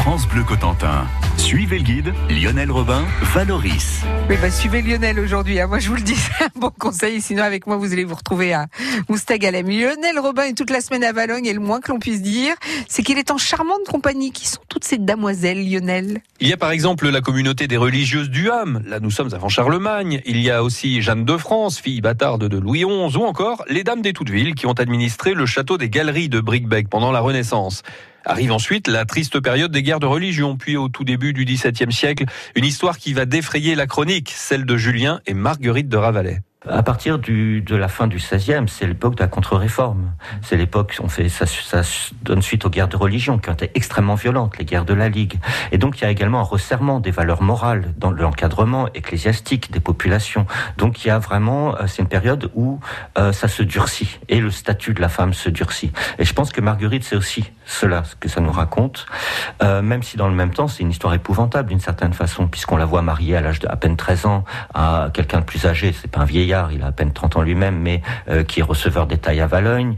France Bleu Cotentin. Suivez le guide, Lionel Robin, Valoris. Oui, suivez Lionel aujourd'hui. Moi, je vous le dis, c'est un bon conseil. Sinon, avec moi, vous allez vous retrouver à Moustagalem. Lionel Robin est toute la semaine à Valogne et le moins que l'on puisse dire, c'est qu'il est en charmante compagnie. Qui sont toutes ces damoiselles, Lionel? Il y a par exemple la communauté des religieuses du Ham. Là, nous sommes avant Charlemagne. Il y a aussi Jeanne de France, fille bâtarde de Louis XI, ou encore les dames d'Étouteville qui ont administré le château des Galeries de Bricbec pendant la Renaissance. Arrive ensuite la triste période des guerres de religion, puis au tout début du XVIIe siècle, une histoire qui va défrayer la chronique, celle de Julien et Marguerite de Ravalais. À partir de la fin du XVIe, c'est l'époque de la contre-réforme. C'est l'époque, ça donne suite aux guerres de religion qui ont été extrêmement violentes, les guerres de la Ligue. Et donc il y a également un resserrement des valeurs morales dans l'encadrement ecclésiastique des populations. Donc il y a vraiment, c'est une période où ça se durcit et le statut de la femme se durcit. Et je pense que Marguerite, c'est aussi cela ce que ça nous raconte, même si dans le même temps c'est une histoire épouvantable d'une certaine façon, puisqu'on la voit mariée à l'âge de à peine 13 ans à quelqu'un de plus âgé. C'est pas un vieillard, il a à peine 30 ans lui-même, mais qui est receveur des tailles à Valogne.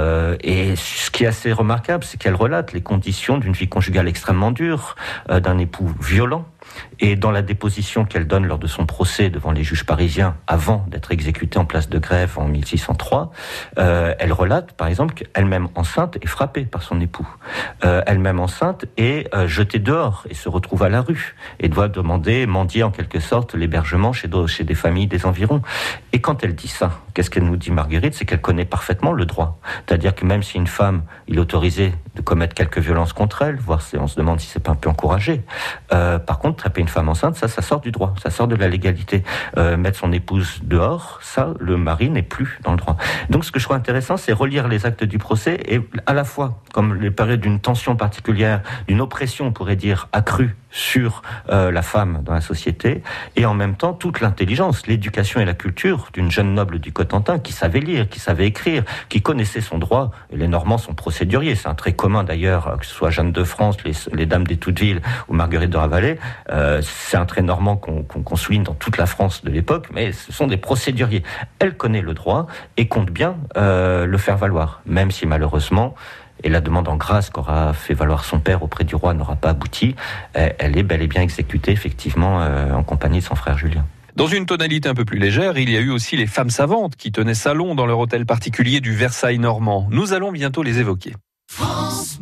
Et ce qui est assez remarquable, c'est qu'elle relate les conditions d'une vie conjugale extrêmement dure, d'un époux violent. Et dans la déposition qu'elle donne lors de son procès devant les juges parisiens, avant d'être exécutée en place de Grève en 1603, elle relate, par exemple, qu'elle-même enceinte est frappée par son époux. Elle-même enceinte est jetée dehors et se retrouve à la rue et doit mendier en quelque sorte l'hébergement chez des familles des environs. Et quand elle dit ça, qu'est-ce qu'elle nous dit, Marguerite? C'est qu'elle connaît parfaitement le droit. C'est-à-dire que même si une femme, il est autorisé de commettre quelques violences contre elle, voire on se demande si c'est pas un peu encouragé. Par contre, trapper une femme enceinte, ça sort du droit, ça sort de la légalité. Mettre son épouse dehors, ça, le mari n'est plus dans le droit. Donc ce que je trouve intéressant, c'est relire les actes du procès et à la fois, comme les périodes d'une tension particulière, d'une oppression, on pourrait dire, accrue sur la femme dans la société, et en même temps toute l'intelligence, l'éducation et la culture d'une jeune noble du Cotentin qui savait lire, qui savait écrire, qui connaissait son droit. Et les Normands sont procéduriers, c'est un trait commun d'ailleurs, que ce soit Jeanne de France, les dames d'Étouteville ou Marguerite de Ravalais, c'est un trait normand qu'on souligne dans toute la France de l'époque, mais ce sont des procéduriers. Elle connaît le droit et compte bien le faire valoir, même si malheureusement, et la demande en grâce qu'aura fait valoir son père auprès du roi n'aura pas abouti, elle est bel et bien exécutée effectivement en compagnie de son frère Julien. Dans une tonalité un peu plus légère, il y a eu aussi les femmes savantes qui tenaient salon dans leur hôtel particulier du Versailles normand. Nous allons bientôt les évoquer. France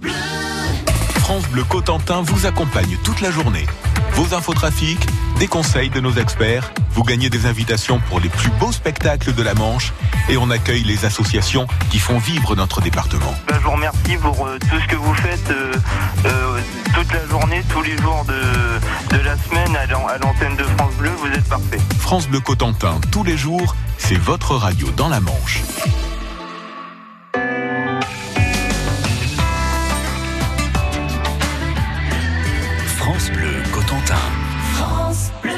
Bleu Cotentin vous accompagne toute la journée. Vos infotrafics, des conseils de nos experts, vous gagnez des invitations pour les plus beaux spectacles de la Manche et on accueille les associations qui font vivre notre département. Je vous remercie pour tout ce que vous faites toute la journée, tous les jours de la semaine à l'antenne de France Bleu, vous êtes parfait. France Bleu Cotentin, tous les jours, c'est votre radio dans la Manche. France Bleu Cotentin. France Bleu.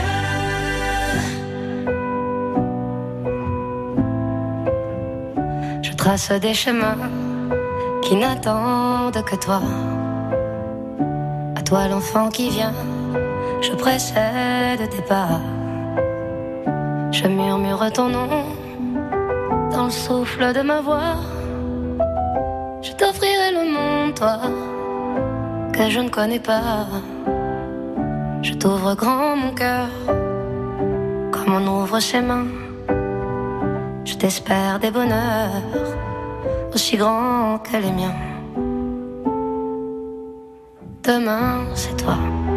Je trace des chemins qui n'attendent que toi. À toi l'enfant qui vient, je précède tes pas. Je murmure ton nom dans le souffle de ma voix. Je t'offrirai le monde, toi, que je ne connais pas. Je t'ouvre grand mon cœur, comme on ouvre ses mains. Je t'espère des bonheurs aussi grands que les miens. Demain, c'est toi.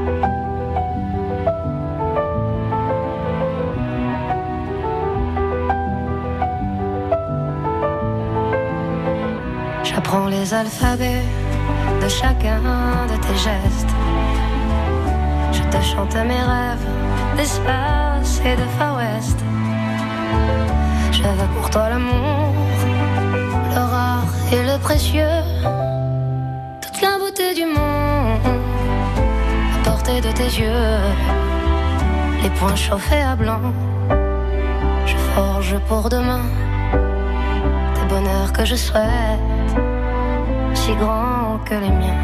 J'apprends les alphabets de chacun de tes gestes. Je te chante mes rêves d'espace et de Far West. Je veux pour toi l'amour, le rare et le précieux, toute la beauté du monde à portée de tes yeux. Les poings chauffés à blanc, je forge pour demain des bonheurs que je souhaite, si grands que les miens.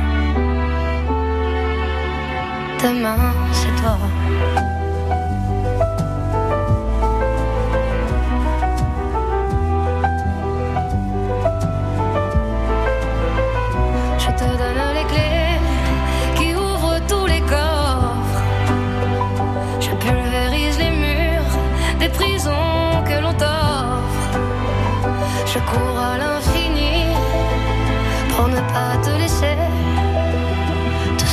Demain, c'est toi. Je te donne les clés qui ouvrent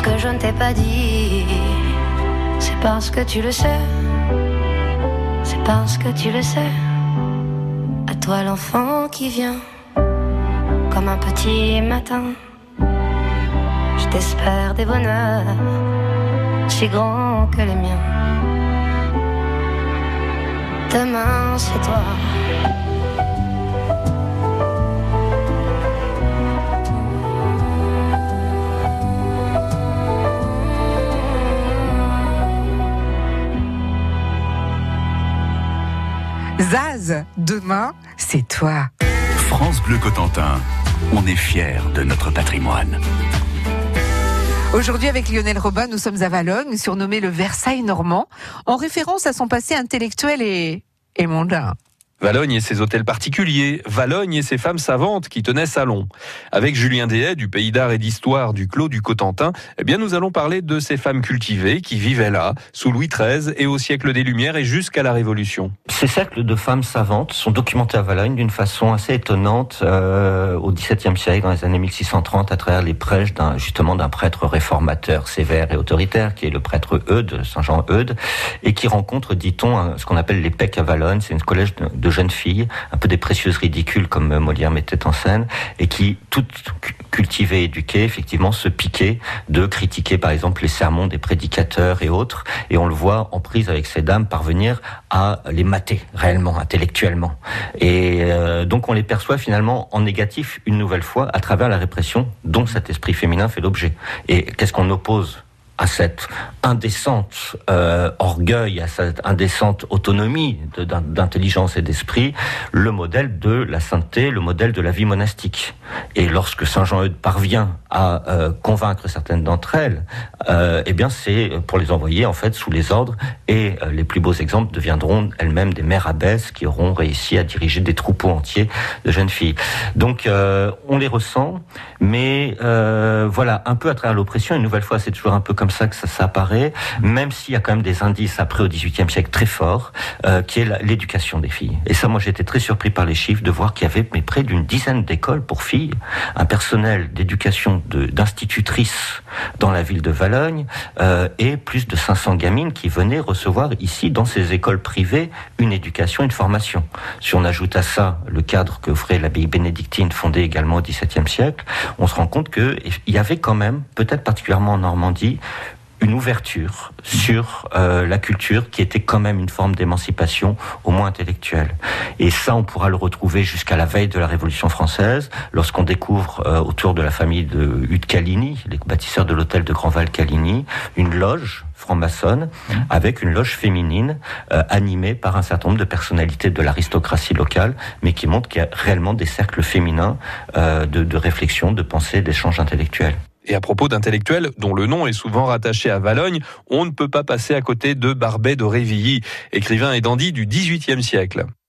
que je ne t'ai pas dit, c'est parce que tu le sais, c'est parce que tu le sais. À toi l'enfant qui vient, comme un petit matin. Je t'espère des bonheurs si grands que les miens. Demain c'est toi. Zaz, demain, c'est toi. France Bleu Cotentin, on est fiers de notre patrimoine. Aujourd'hui, avec Lionel Robin, nous sommes à Valognes, surnommé le Versailles normand, en référence à son passé intellectuel et mondain. Valognes et ses hôtels particuliers, Valognes et ses femmes savantes qui tenaient salon. Avec Julien Dehaye du Pays d'Art et d'Histoire du Clos du Cotentin, nous allons parler de ces femmes cultivées qui vivaient là, sous Louis XIII et au siècle des Lumières et jusqu'à la Révolution. Ces cercles de femmes savantes sont documentés à Valognes d'une façon assez étonnante au XVIIe siècle, dans les années 1630, à travers les prêches d'un prêtre réformateur sévère et autoritaire, qui est le prêtre Eudes, Saint-Jean Eudes, et qui rencontre, dit-on, ce qu'on appelle les Pecques à Valognes. C'est une collège de jeunes filles, un peu des précieuses ridicules comme Molière mettait en scène, et qui, toutes cultivées et éduquées, effectivement, se piquaient de critiquer par exemple les sermons des prédicateurs et autres, et on le voit en prise avec ces dames parvenir à les mater réellement, intellectuellement. Et donc on les perçoit finalement en négatif une nouvelle fois à travers la répression dont cet esprit féminin fait l'objet. Et qu'est-ce qu'on oppose à cette indécente orgueil, à cette indécente autonomie d'intelligence et d'esprit, le modèle de la sainteté, le modèle de la vie monastique. Et lorsque Saint Jean Eudes parvient à convaincre certaines d'entre elles, c'est pour les envoyer en fait sous les ordres, et les plus beaux exemples deviendront elles-mêmes des mères abbesses qui auront réussi à diriger des troupeaux entiers de jeunes filles. Donc on les ressent, mais voilà, un peu à travers l'oppression. Une nouvelle fois, c'est toujours un peu comme ça que ça apparaît, même s'il y a quand même des indices après au XVIIIe siècle très forts, qui est l'éducation des filles. Et ça, moi, j'ai été très surpris par les chiffres de voir qu'il y avait près d'une dizaine d'écoles pour filles, un personnel d'éducation d'institutrices dans la ville de Valognes, et plus de 500 gamines qui venaient recevoir ici, dans ces écoles privées, une éducation, une formation. Si on ajoute à ça le cadre que offrait l'abbaye bénédictine, fondée également au XVIIe siècle, on se rend compte qu'il y avait quand même, peut-être particulièrement en Normandie, une ouverture sur la culture qui était quand même une forme d'émancipation, au moins intellectuelle. Et ça, on pourra le retrouver jusqu'à la veille de la Révolution française, lorsqu'on découvre autour de la famille de Hutte-Caligny, les bâtisseurs de l'hôtel de Grandval-Caligny, une loge franc-maçonne avec une loge féminine animée par un certain nombre de personnalités de l'aristocratie locale, mais qui montre qu'il y a réellement des cercles féminins de réflexion, de pensée, d'échange intellectuel. Et à propos d'intellectuels dont le nom est souvent rattaché à Valognes, on ne peut pas passer à côté de Barbey d'Aurevilly, écrivain et dandy du XVIIIe siècle.